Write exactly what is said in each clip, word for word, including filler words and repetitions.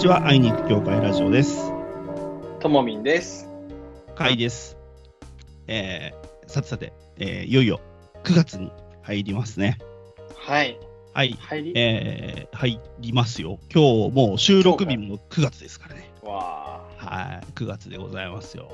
ちは。会いに行く協会ラジオです。 ともみんです。 かいです。えー、さてさて、えー、いよいよくがつに入りますね。 はい。 はい。入り、えー、入りますよ。今日もう収録日もくがつですからね。 わー。 はい。くがつでございますよ。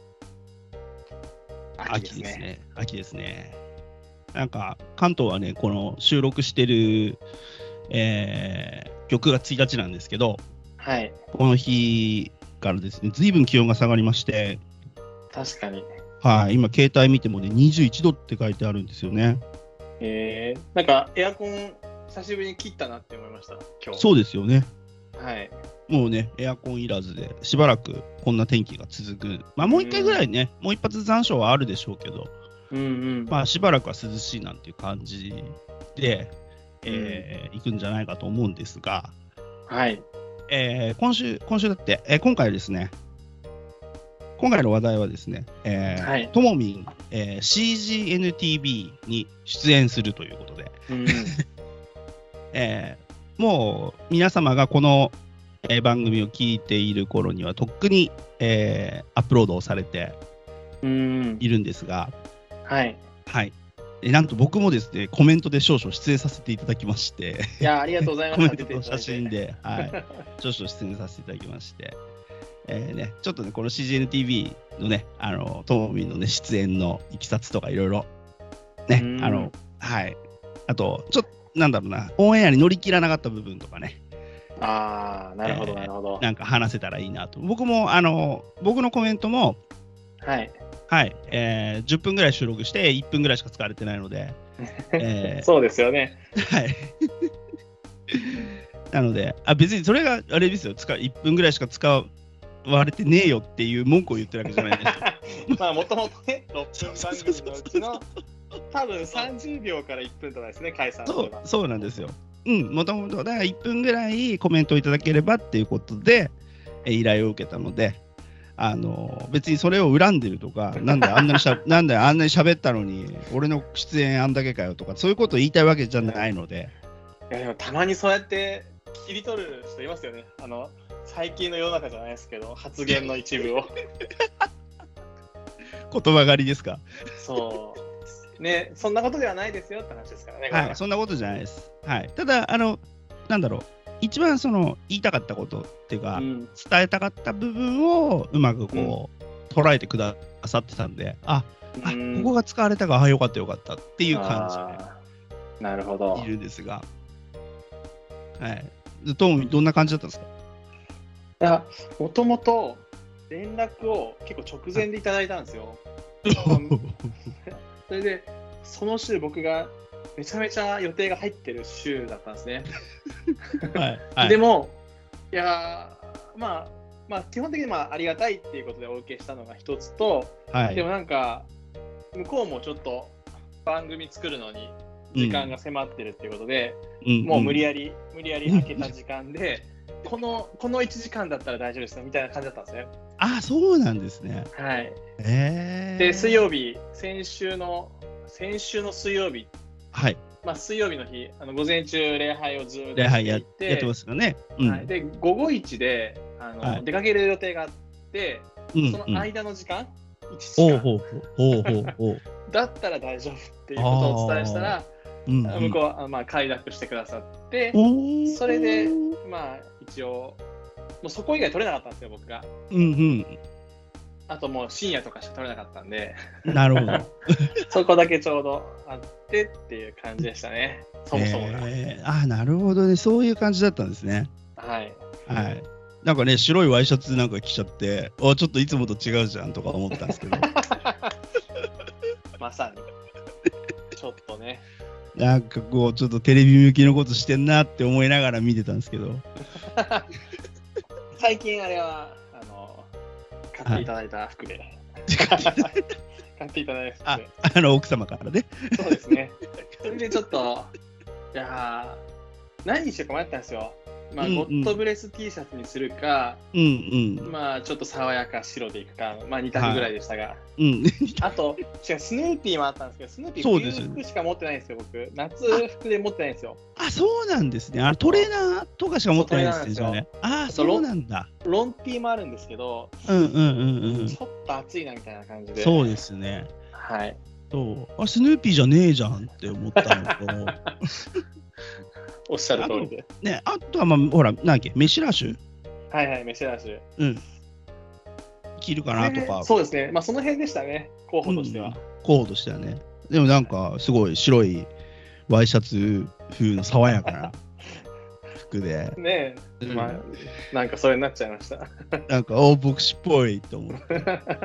秋ですね。秋ですね。 秋ですね。なんか関東はね、この収録してる、えー、今日くがつついたちなんですけど、 はい。 この日からですね、ずいぶん気温が下がりまして、 確かに。 はい、今携帯見てもね、にじゅういちどって書いてあるんですよね。 えー、なんかエアコン久しぶりに切ったなって思いました。今日。 そうですよね。 はい。 もうね、エアコンいらずでしばらくこんな天気が続く。まあもう一回ぐらいね、うん、もう一発残暑はあるでしょうけど、 うんうん、 まあしばらくは涼しいなんていう感じで、えーうん、行くんじゃないかと思うんですが、 はい。 えー、今週、今週だって、えー、今回ですね、今回の話題はですね、えーはい、ともみん、えー、シージーエヌティービー に出演するということで、うんえー、もう皆様がこの、えー、番組を聞いている頃にはとっくに、えー、アップロードをされているんですが、 はい。 はい。なんと僕もですね、コメントで少々出演させていただきまして、 いや、ありがとうございます。 コメントと写真で、はい、少々出演させていただきまして、えーね、ちょっとね、この シージーエヌティービー のね、あの、ともみんのね、出演のいきさつとかいろいろ、ね、あの、はい。あと、ちょっと、なんだろうな、オンエアに乗り切らなかった部分とかね。 ああ、なるほど、なるほど。 なんか話せたらいいなと。僕も、あの、僕のコメントも、 はい。 はい、えー、じゅっぷんぐらい収録していっぷんぐらいしか使われてないので、 えー、そうですよね。 はい。なので、あ、別にそれがあれですよ、使いっぷんぐらいしか使われてねえよっていう文句を言ってるわけじゃないですよ。 まあ、もともとね、ろっぷん番組のうちの多分さんじゅうびょうからいっぷんとかですね、解散すれば。 そう、そうなんですよ。うん、もともと、だからいっぷんぐらいコメントをいただければっていうことで、え依頼を受けたので、あの別にそれを恨んでるとか、なんであんなにしゃなんであんなに喋ったのに俺の出演あんだけかよとか、そういうことを言いたいわけじゃないので。 いやでもたまにそうやって切り取る人いますよね。あの最近の世の中じゃないですけど、発言の一部を言葉狩りですか。 そうね、そんなことではないですよって話ですからね。 はい、そんなことじゃないです。はい、ただあのなんだろう。一番その言いたかったことっていうか、うん、伝えたかった部分をうまくこう、うん、捉えてくださってたんで、あ、あ、うん、ここが使われたから、あ、よかったよかったっていう感じでなるほどいるんですが、はい。トモミどんな感じだったんですか？ いや、もともと連絡を結構直前でいただいたんですよ。それでその週僕がめちゃめちゃ予定が入ってる週だったんですね。 はいはい、 でも、いやまあ、まあ、基本的にまあありがたいっていうことでお受けしたのが一つと、はい、でもなんか、向こうもちょっと番組作るのに時間が迫ってるっていうことで、うん、もう無理やり、うん、無理やり空けた時間で、この、このいちじかんだったら大丈夫ですよみたいな感じだったんですね。 あ、そうなんですね。 はい。 えー、 で、水曜日、先週の、先週の水曜日、 はい。 まあ、水曜日の日、あの午前中礼拝をずっと礼拝やってやってますよね。 うん、はい、で午後一であの、はい、出かける予定があって、うんうん、その間の時間、いちじかんほうほうほうほうほうだったら大丈夫っていうことをお伝えしたら、うんうん、向こうは、まあ、快諾してくださって、それで、まあ、一応もうそこ以外取れなかったんですよ、僕が。 うんうん、 あともう深夜とかしか取れなかったんで、 なるほどそこだけちょうどあってっていう感じでしたね、そもそもが。 えー、あ、なるほどね、そういう感じだったんですね。 はい、 はい、なんかね、白いワイシャツなんか着ちゃって、あ、ちょっといつもと違うじゃんとか思ったんですけどまさにちょっとね、 なんかこうちょっとテレビ向きのことしてんなって思いながら見てたんですけど最近あれはあの買っていただいた服で、はい、買っていただいた服で、 あ、あの奥様からね。 そうですね。それでちょっと、いや何にしようか迷ったんですよ。 まあ、うんうん、ゴッドブレス T シャツにするか、 うんうん、 まあちょっと爽やか白でいくか、まあに択ぐらいでしたが、 はいうん、 あと違うスヌーピーもあったんですけど、スヌーピー冬服しか持ってないんですよ、僕。夏服で持ってないんですよ。 あ、そうなんですね。あトレーナーとかしか持ってないんですよね。あ、そうなんだ。 ロン T もあるんですけど、 うんうんうんうん、 ちょっと暑いなみたいな感じで。 そうですね。 はい。 そうあスヌーピーじゃねえじゃんって思ったのと。 おっしゃる通りで。 あね、あとはまあほらなんだっけメシラッシュ。 はいはいメシラッシュ。 うん。着るかなとか。 そうですね。まあその辺でしたね。候補としては。 うん、候補としてはね。でもなんかすごい白いワイシャツ風の爽やかな服で。 ねえ、うん、まあなんかそれになっちゃいました。 なんか大牧師っぽいと思って。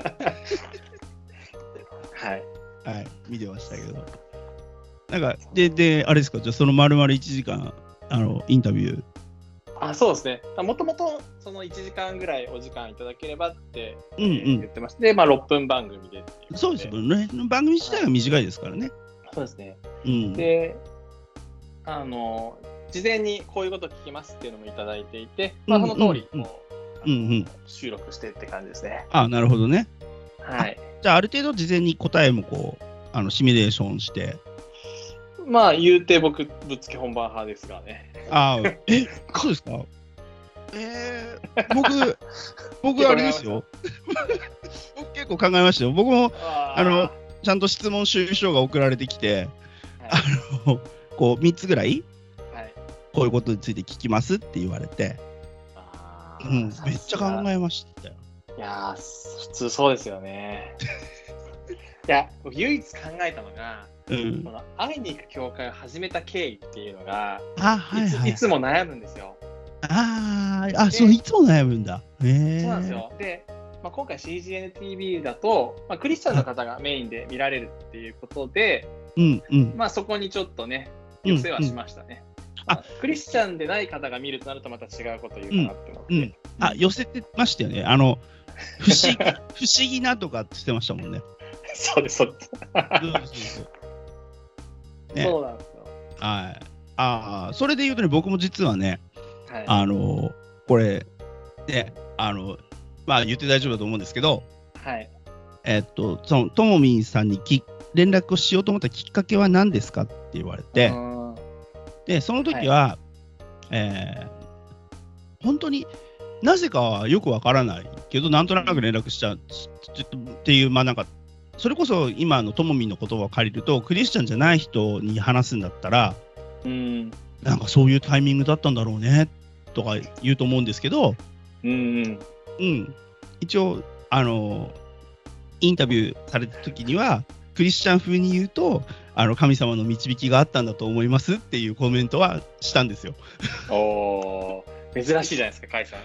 はいはい見てましたけど。なんかでであれですかじゃあその丸々いちじかんあのインタビュー。 あそうですね。もともとそのいちじかんぐらいお時間いただければって、 うんうん、 言ってまして、でまあろっぷん番組でっていうそうですよね。番組自体が短いですからね。 そうですね。 うん、 であの事前にこういうこと聞きますっていうのもいただいていて、まあ、その通りこう、うんうん、収録してって感じですね。 あなるほどね。 はい。 じゃあある程度事前に答えもこうあのシミュレーションして。 まあ言うて僕ぶっつけ本番派ですからね。 ああえそうですか。えー、僕僕あれですよ。僕結構考えましたよ。僕もあのちゃんと質問収書が送られてきて、はい、あのこうみっつぐらい、はい、こういうことについて聞きますって言われて、あうん、めっちゃ考えましたよ。 いや普通そうですよね。いや僕唯一考えたのが、うん、この会いに行く教会を始めた経緯っていうのがあ、はいはいはい、 いつ、いつも悩むんですよ。 ああ、そういつも悩むんだ。へそうなんですよ。で、まあ、今回 シージーエヌティービー だと、まあ、クリスチャンの方がメインで見られるっていうことで、うんうん、まあそこにちょっとね寄せはしましたね。うんうん、あクリスチャンでない方が見るとなるとまた違うこと言うかなって思って、うんうん、 あ寄せてましたよね。あの不思議不思議なとかってしてましたもんね。 そうですそうです。そうそうそうね、そうなんですよ。はい。ああそれで言うとね僕も実はね、はい、あのこれねあのまあ言って大丈夫だと思うんですけど、はい。えっとそのともみんさんにき連絡をしようと思ったきっかけは何ですかって言われて、でその時は、はいえー、本当になぜかはよくわからないけどなんとなく連絡しちゃうっていう、まあなんかそれこそ今のともみんの言葉を借りるとクリスチャンじゃない人に話すんだったら、うん、なんかそういうタイミングだったんだろうねとか言うと思うんですけど、うんうん、一応あのインタビューされた時にはクリスチャン風に言うとあの神様の導きがあったんだと思いますっていうコメントはしたんですよ。 おー珍しいじゃないですか甲斐さん。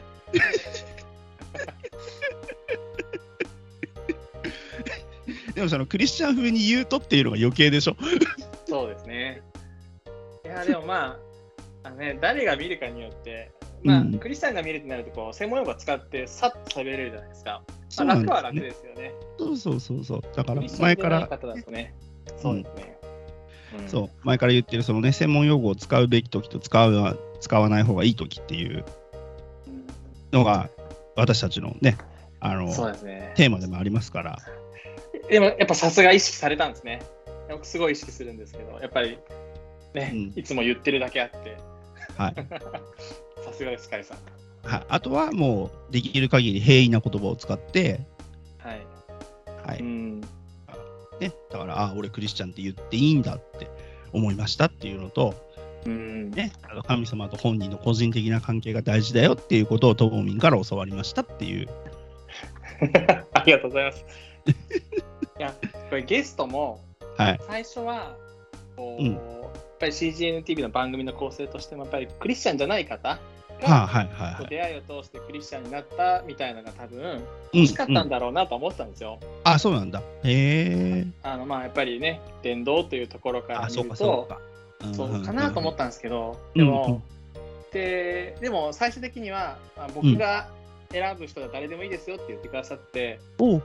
でもそのクリスチャン風に言うとっていうのが余計でしょ。 そうですね。いやでもまあ、あのね、誰が見るかによって、まあ、うん、クリスチャンが見るとなるとこう専門用語を使ってさっと喋れるじゃないですか。まあ、楽は楽ですよね。 そうそうそうそう。だから前から、 方だとね、そうですね。 うん、そう前から言ってるそのね専門用語を使うべき時と使う使わない方がいい時っていうのが私たちのねあのそうですねテーマでもありますから。 でもやっぱさすが意識されたんですね。僕すごい意識するんですけどやっぱりね、うん、いつも言ってるだけあって。はい。さすがです甲斐さん。 はい。あとはもうできる限り平易な言葉を使って、はい。はい。うんね、だからあ俺クリスチャンって言っていいんだって思いましたっていうのと、うんね、あの神様と本人の個人的な関係が大事だよっていうことをともみんから教わりましたっていう。 ありがとうございます。いやこれゲストも、はい、最初はこう、うん、やっぱり シージーエヌティービー の番組の構成としてもやっぱりクリスチャンじゃない方が、はいはいはい、出会いを通してクリスチャンになったみたいなのが多分欲しかったんだろうなと思ってたんですよ。 うんうん、あそうなんだ。へえ。 あのまあやっぱりね伝道というところから見るとそうかそうかなと思ったんですけど、うん、でも、うん、ででも最終的には、まあ、僕が選ぶ人は誰でもいいですよって言ってくださって、うん、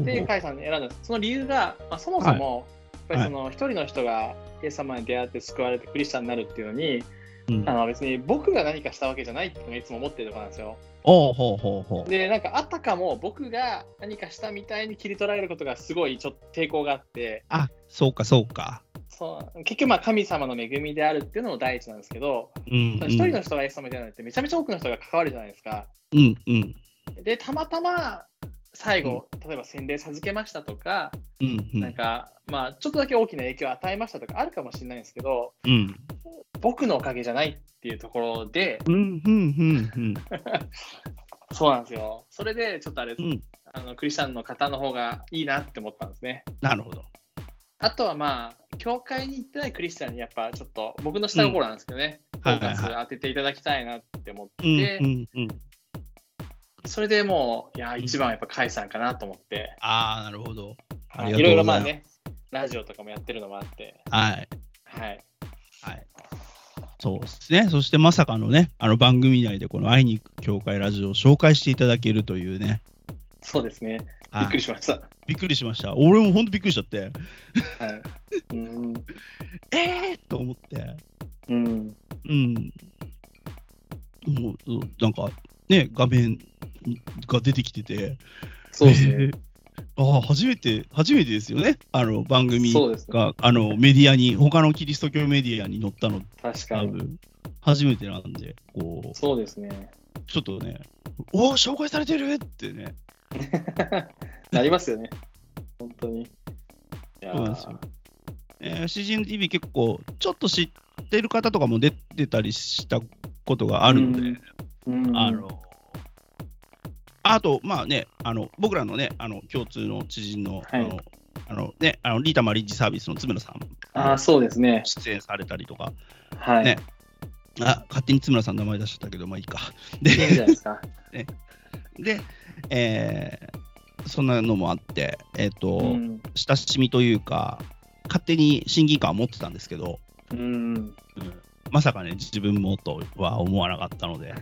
で甲斐さんに選んだんです。その理由が、まあ、そもそも、はい、やっぱりその一人の人がイエス様に出会って救われてクリスチャンになるっていうのに、 うん、あの別に僕が何かしたわけじゃないっていつも思ってるところなんですよ。 おうほうほうほう。 で、なんかあたかも僕が何かしたみたいに切り取られることがすごいちょっと抵抗があって。 あ、そうかそうか。 そう結局まあ神様の恵みであるっていうのも第一なんですけど、一、うんうん、人の人がイエス様みたいなのってめちゃめちゃ多くの人が関わるじゃないですか。 うんうん、 でたまたま最後、うん、例えば洗礼授けましたとか、うんうん、なんかまあちょっとだけ大きな影響を与えましたとかあるかもしれないんですけど、うん、僕のおかげじゃないっていうところで、うんうんうんうん、そうなんですよ。それでちょっとあれ、うん、あのクリスチャンの方の方がいいなって思ったんですね。 なるほど。 あとはまあ教会に行ってないクリスチャンにやっぱちょっと僕の下心なんですけどね、フォーカス当てていただきたいなって思って、うんうんうん、それでもういや一番はやっぱ甲斐さんかなと思って、 うん、ああなるほど。 ありがとうございます。いろいろまあねラジオとかもやってるのもあってはいはいはい、そうですね。そしてまさかのねあの番組内でこの会いに行く教会ラジオを紹介していただけるというね。 そうですね。びっくりしました。 びっくりしました。俺も本当びっくりしちゃって。 はい。うん、 えーと思って。 うん。 うん。もうなんかね画面が出てきてて。 そうですね。えー、 ああ初めて初めてですよね。あの番組が、ね、あのメディアに他のキリスト教メディアに載ったの確かに初めてなんでこう。 そうですね。 ちょっとね、おお紹介されてるってね。 なりますよね。本当に。いやそうなんですよ。えー、シージーエヌティービー 結構ちょっと知ってる方とかも出てたりしたことがあるので、うんうん、あのあとまあねあの僕らのねあの共通の知人の、はい、あのあのねあのリータマリッジサービスの津村さんあそうですね出演されたりとか、 はいね、あ勝手に津村さんの名前出しちゃったけどまあいいか。でいいんじゃないですか。 ね、で、えー、そんなのもあって、えーとうん、親しみというか勝手に親近感を持ってたんですけど、 うんうん、 まさかね自分もとは思わなかったので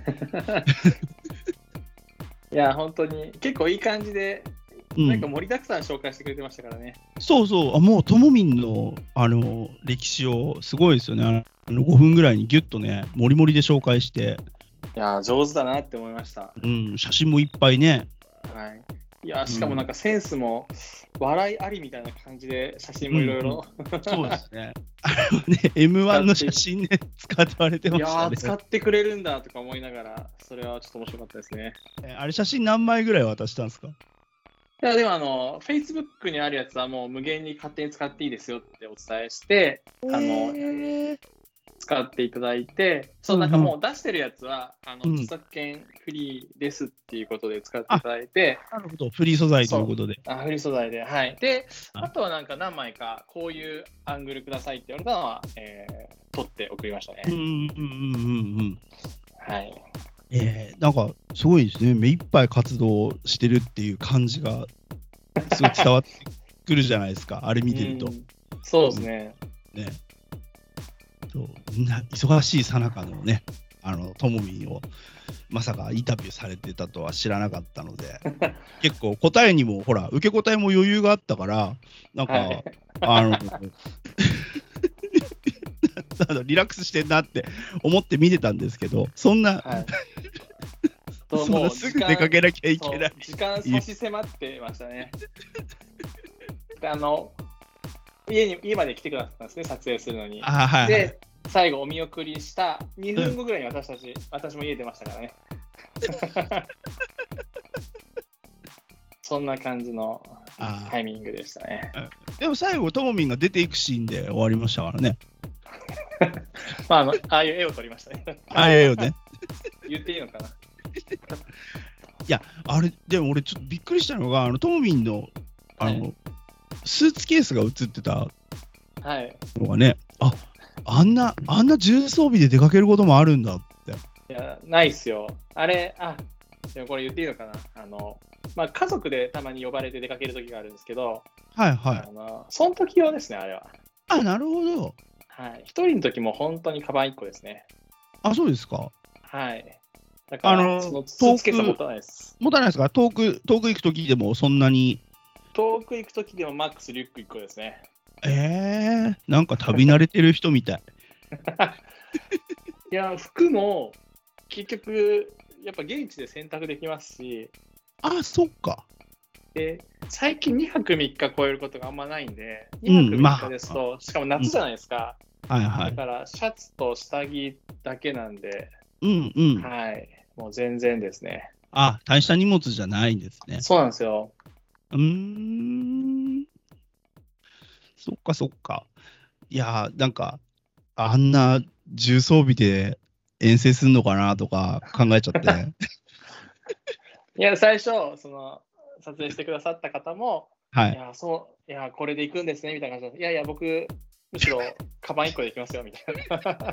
いや本当に結構いい感じで、うん、なんか盛りだくさん紹介してくれてましたからね。 そうそうあもうともみんのあの歴史をすごいですよね。あのごふんぐらいにギュッとねもりもりで紹介して、 いや上手だなって思いました。 うん、写真もいっぱいね。 はい。いやしかもなんかセンスも笑いありみたいな感じで写真もいろいろ。 そうですね。あのね エムワン の写真ね使われてましたね。 いや使ってくれるんだとか思いながらそれはちょっと面白かったですね。 えあれ写真何枚ぐらい渡したんですか？ いやでもあの Facebook にあるやつはもう無限に勝手に使っていいですよってお伝えして、えー、あの使っていただいて、そうなんかもう出してるやつは、うん、あの著作権フリーですっていうことで使っていただいて、 なるほどフリー素材ということで、 あフリー素材ではいで、あとはなんか何枚かこういうアングルくださいって言われたのは、えー、撮って送りましたね。 うんうんうんうんうんはい。 えー、なんかすごいですね。目いっぱい活動してるっていう感じがすごい伝わってくるじゃないですか。あれ見てると。うん、 そうですね。 ね。そうみんな忙しいさなかのね、あのともみんをまさかインタビューされてたとは知らなかったので、結構答えにもほら受け答えも余裕があったからなんか、はい、あの。リラックスしてんなって思って見てたんですけど、そんな、はい、そんなすぐ出かけなきゃいけない。 時間差し迫ってましたね。あの家に家まで来てくださったんですね、撮影するのに。 あ、はいはい、 で、最後お見送りしたにふんごぐらいに私たち、うん、私も家出ましたからね。そんな感じのタイミングでしたね。 でも最後、ともみんが出ていくシーンで終わりましたからね。 まあ、あの、ああいう絵を撮りましたね。 ああいう絵をね。 言っていいのかな。いや、あれ、でも俺ちょっとびっくりしたのが、あのともみんの、あの、はい、スーツケースが写ってたのがね、はい、あ、あんな、あんな重装備で出かけることもあるんだって。 いや、ないっすよ。あれ、あ、でもこれ言っていいのかな。あの、まあ、家族でたまに呼ばれて出かける時があるんですけど、 はいはい。 あのその時用ですね、あれは。 あ、なるほど。 はい。一人の時も本当にカバンいっこですね。 あ、そうですか。 はい。だから、あのそのスーツケースは持たないです。 持たないですか？遠く、遠く行く時でもそんなに。 遠く行く時でもマックスリュックいっこですね。 えー、なんか旅慣れてる人みたい。 いや、服も結局、やっぱ現地で選択できますし。 あ、そっか。 で、最近にはくみっか超えることがあんまないんで、にはくみっかですと、うんまあ、しかも夏じゃないですか。 うん、はいはい。 だからシャツと下着だけなんで、 うんうん。 はい。もう全然ですね。 あ、大した荷物じゃないんですね。 そうなんですよ。 うーん。そっかそっか。いやー、なんか、あんな重装備で遠征するのかなとか考えちゃって。 いや、最初、その、撮影してくださった方も、 はい。 いや、そう、いや、これで行くんですね、みたいな感じで、いやいや、僕、むしろ、カバンいっこで行きますよ、みたいな。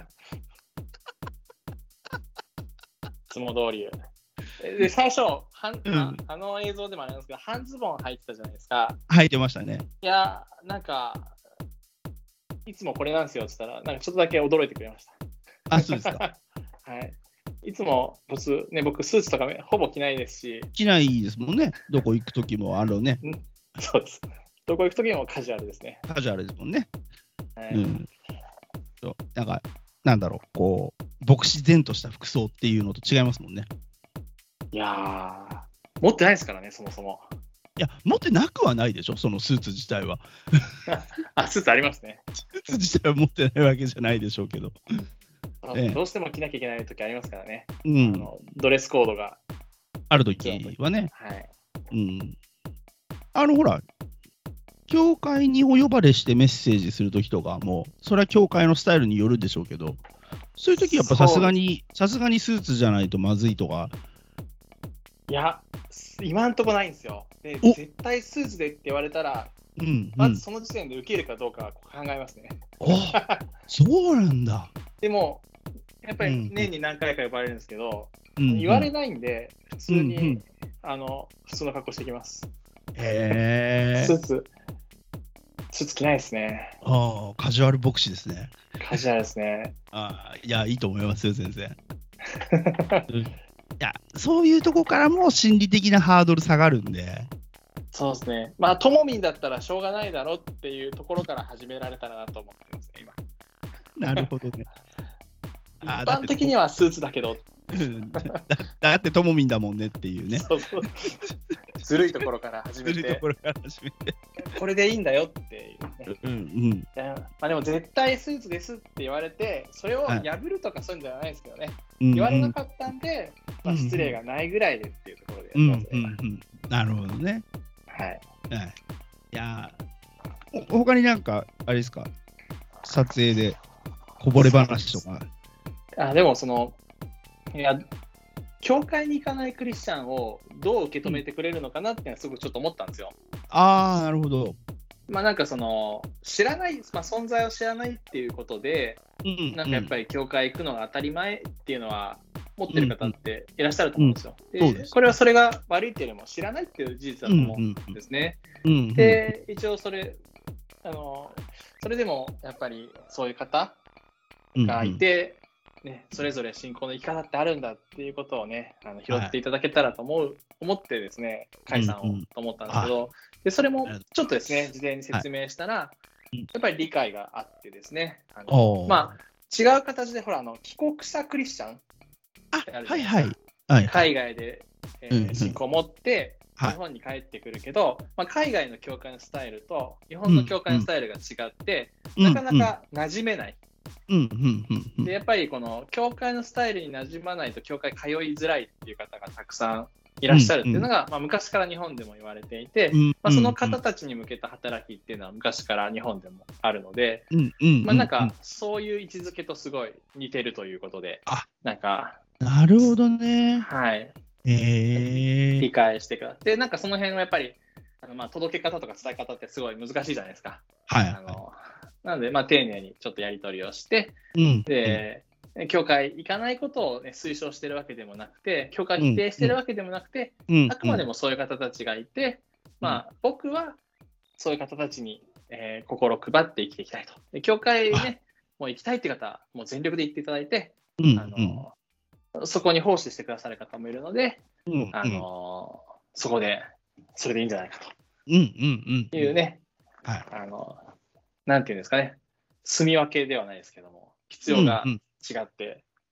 いつも通り。で、最初、はん、うん、あ、あの映像でもあるんですけど、半ズボン履いてたじゃないですか。 履いてましたね。 いや、なんか、いつもこれなんですよって言ったら、なんかちょっとだけ驚いてくれました。 あ、そうですか。 はい。いつも僕、ね、僕、スーツとかほぼ着ないですし。 着ないですもんね。どこ行くときも、あのね。 そうです。どこ行くときもカジュアルですね。 カジュアルですもんね。 はい、 うん。そうなんか、なんだろう、こう、牧師然とした服装っていうのと違いますもんね。 いやー、持ってないですからね、そもそも。 いや、持ってなくはないでしょ、そのスーツ自体は。 あ、スーツありますね。 スーツ自体は持ってないわけじゃないでしょうけど。 ええ、どうしても着なきゃいけないときありますからね。 うん、 あのドレスコードが。 あるときはね。 はい。 うん。あの、ほら、教会にお呼ばれしてメッセージするときとかも、それは教会のスタイルによるでしょうけど、そういうときやっぱさすがに、さすがにスーツじゃないとまずいとか。 いや、今んとこないんですよ。で、絶対スーツでって言われたら、うんうん、まずその時点で受けるかどうか考えますね。 あ、そうなんだ。 でも、やっぱり年に何回か呼ばれるんですけど、うんうん、言われないんで、普通に、うんうん、あの普通の格好してきます。 へー。 スーツ、スーツ着ないですね。 ああ、カジュアル牧師ですね。 カジュアルですね。 ああ、いや、いいと思いますよ、全然。うん、いや、そういうとこからも心理的なハードル下がるんで。 そうですね。まあ、ともみんだったらしょうがないだろっていうところから始められたらなと思ってますね、今。 なるほどね。 一般的にはスーツだけど。 だ, だってともみんだもんねっていうね。 そうそう。ずるいところから始めて。 ずるいところから始めて。 これでいいんだよっていう、ね。 うんうん。 まあ、でも絶対スーツですって言われて、それを破るとかそういうんじゃないですけどね。はい、言われなかったんで、まあ、失礼がないぐらいでっていうところでやってますね。うんうんうん、 なるほどね。 はい。 はい、いやほ他になんかあれですか、撮影でこぼれ話とか。 あ、でもそのいや教会に行かないクリスチャンをどう受け止めてくれるのかなっていうのはすごくちょっと思ったんですよ。 ああ、なるほど。 まあなんかその知らない、まあ、存在を知らないっていうことで、うんうん、なんかやっぱり教会行くのが当たり前っていうのは持ってる方っていらっしゃると思うんですよ。うんうん、でこれはそれが悪いっていうよりも知らないっていう事実だと思うんですね。うんうんうん、で一応それあのそれでもやっぱりそういう方がいて、うんうんね、それぞれ信仰の生き方ってあるんだっていうことをねあの拾っていただけたらと思う、はい、思ってですね解散をと思ったんですけど、うんうん、でそれもちょっとですね事前に説明したら、はい、やっぱり理解があってですねあの、まあ、違う形でほらあの帰国したクリスチャンってあるじゃないですか、はいはい、海外で、えーうんうん、信仰を持って日本に帰ってくるけど、はいまあ、海外の教会のスタイルと日本の教会のスタイルが違って、うんうん、なかなか馴染めない、うんうんうんうん、でやっぱりこの教会のスタイルに馴染まないと教会通いづらいっていう方がたくさんいらっしゃるっていうのが、うんうんまあ、昔から日本でも言われていて、うんうんまあ、その方たちに向けた働きっていうのは昔から日本でもあるので、うんうんまあ、なんかそういう位置づけとすごい似てるということで、あなんかなるほどね。 はい。 えー、 理解してください。で、なんかその辺はやっぱりあのまあ届け方とか伝え方ってすごい難しいじゃないですか。 はい。 あのなので、まあ、丁寧にちょっとやり取りをして、うん、で、教会行かないことを、ね、推奨してるわけでもなくて、教会否定してるわけでもなくて、うん、あくまでもそういう方たちがいて、うん、まあ、僕はそういう方たちに、えー、心を配って生きていきたいと。で教会ね、もう行きたいって方は、もう全力で行っていただいて、うん、あのそこに奉仕してくださる方もいるので、うん、あのそこで、それでいいんじゃないかというね、はい、あのなんていうんですかね、住み分けではないですけども、必要が違って、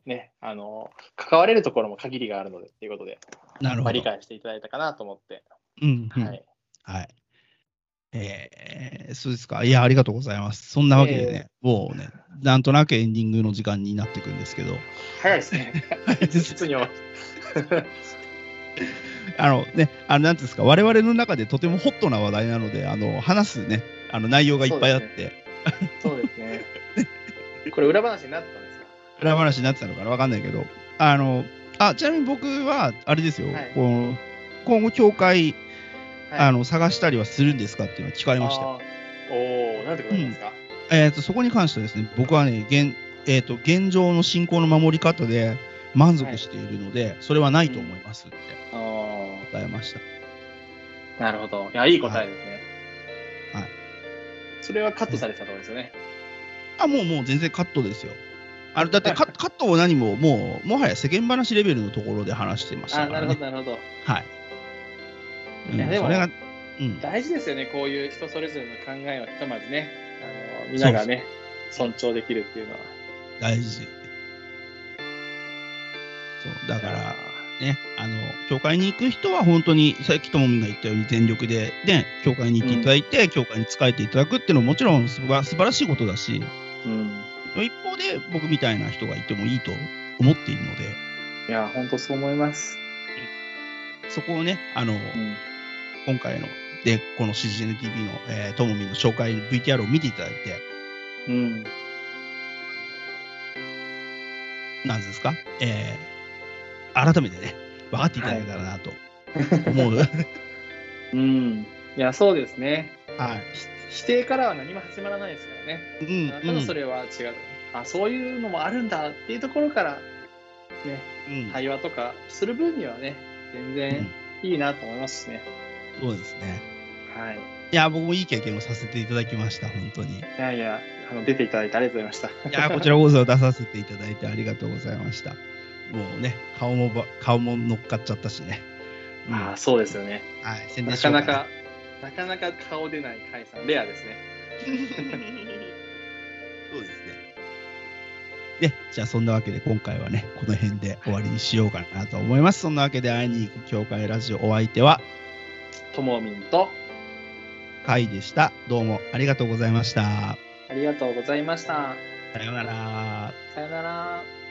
ね、あの、関われるところも限りがあるのでっていうことで、 なるほど。まあ、 理解していただいたかなと思って。 うん、うん、はい。はい。えー、そうですか。いや、ありがとうございます。そんなわけでね、えー、もうね、なんとなくエンディングの時間になっていくんですけど。 早いですね。早いです。実にあのね、あの、なんていうんですか、我々の中でとてもホットな話題なので、あの、話すね、あの、内容がいっぱいあって。 そうですね。これ裏話になってたんですか？ 裏話になってたのかなわかんないけど、あの、あ、ちなみに僕は、あれですよ、はい、この今後、教会、はい、あの、探したりはするんですかっていうのを聞かれました。 おー、なんてことですか？ うん、えっ、ー、と、そこに関してはですね、僕はね、現、えっ、ー、と、現状の信仰の守り方で満足しているので、はい、それはないと思いますって答えました。 うん、なるほど。いや、いい答えですね。はい。はい、それはカットされてたところですよね。 あ、もう、もう全然カットですよ。あれだってカカットを何も、もう、もはや世間話レベルのところで話してましたからね。 あ、なるほど、なるほど。 はい。 うん、いやでもそれが、うん、大事ですよね、こういう人それぞれの考えをひとまずね、あのみんながね、尊重できるっていうのは。 大事。そう、だから、ね、あの、教会に行く人は本当に、さっきともみんが言ったように全力で、ね、教会に行っていただいて、うん、教会に仕えていただくっていうのももちろん素晴らしいことだし、うん、一方で僕みたいな人がいてもいいと思っているので。 いや、本当そう思います。 そこをね、あの、うん、今回の、で、この シージーエヌティービー の、えー、ともみんの紹介 ブイティーアール を見ていただいて、うん。なんですか、えー、改めてね、分かっていただけたらなと思う。はい、 うん。いや、そうですね。はい。否定からは何も始まらないですからね。うん。ただそれは違う。うん、あ、そういうのもあるんだっていうところから、ね、うん、対話とかする分にはね、全然いいなと思いますしね。 うん、そうですね。はい。いや、僕もいい経験をさせていただきました、本当に。いやいや、あの出ていただいてありがとうございました。 いや、こちらこそ出させていただいてありがとうございました。もうね、顔もば、顔も乗っかっちゃったしね。 うん、ああ、そうですよね。 はい、宣伝しようかな。なかなか、なかなか顔出ない甲斐さん、レアですね。 そうですね。で、じゃあそんなわけで今回はね、この辺で終わりにしようかなと思います。そんなわけで会いに行く教会ラジオ、お相手は、 ともみんと、 かいでした。どうもありがとうございました。 ありがとうございました。 さようなら。 さようなら。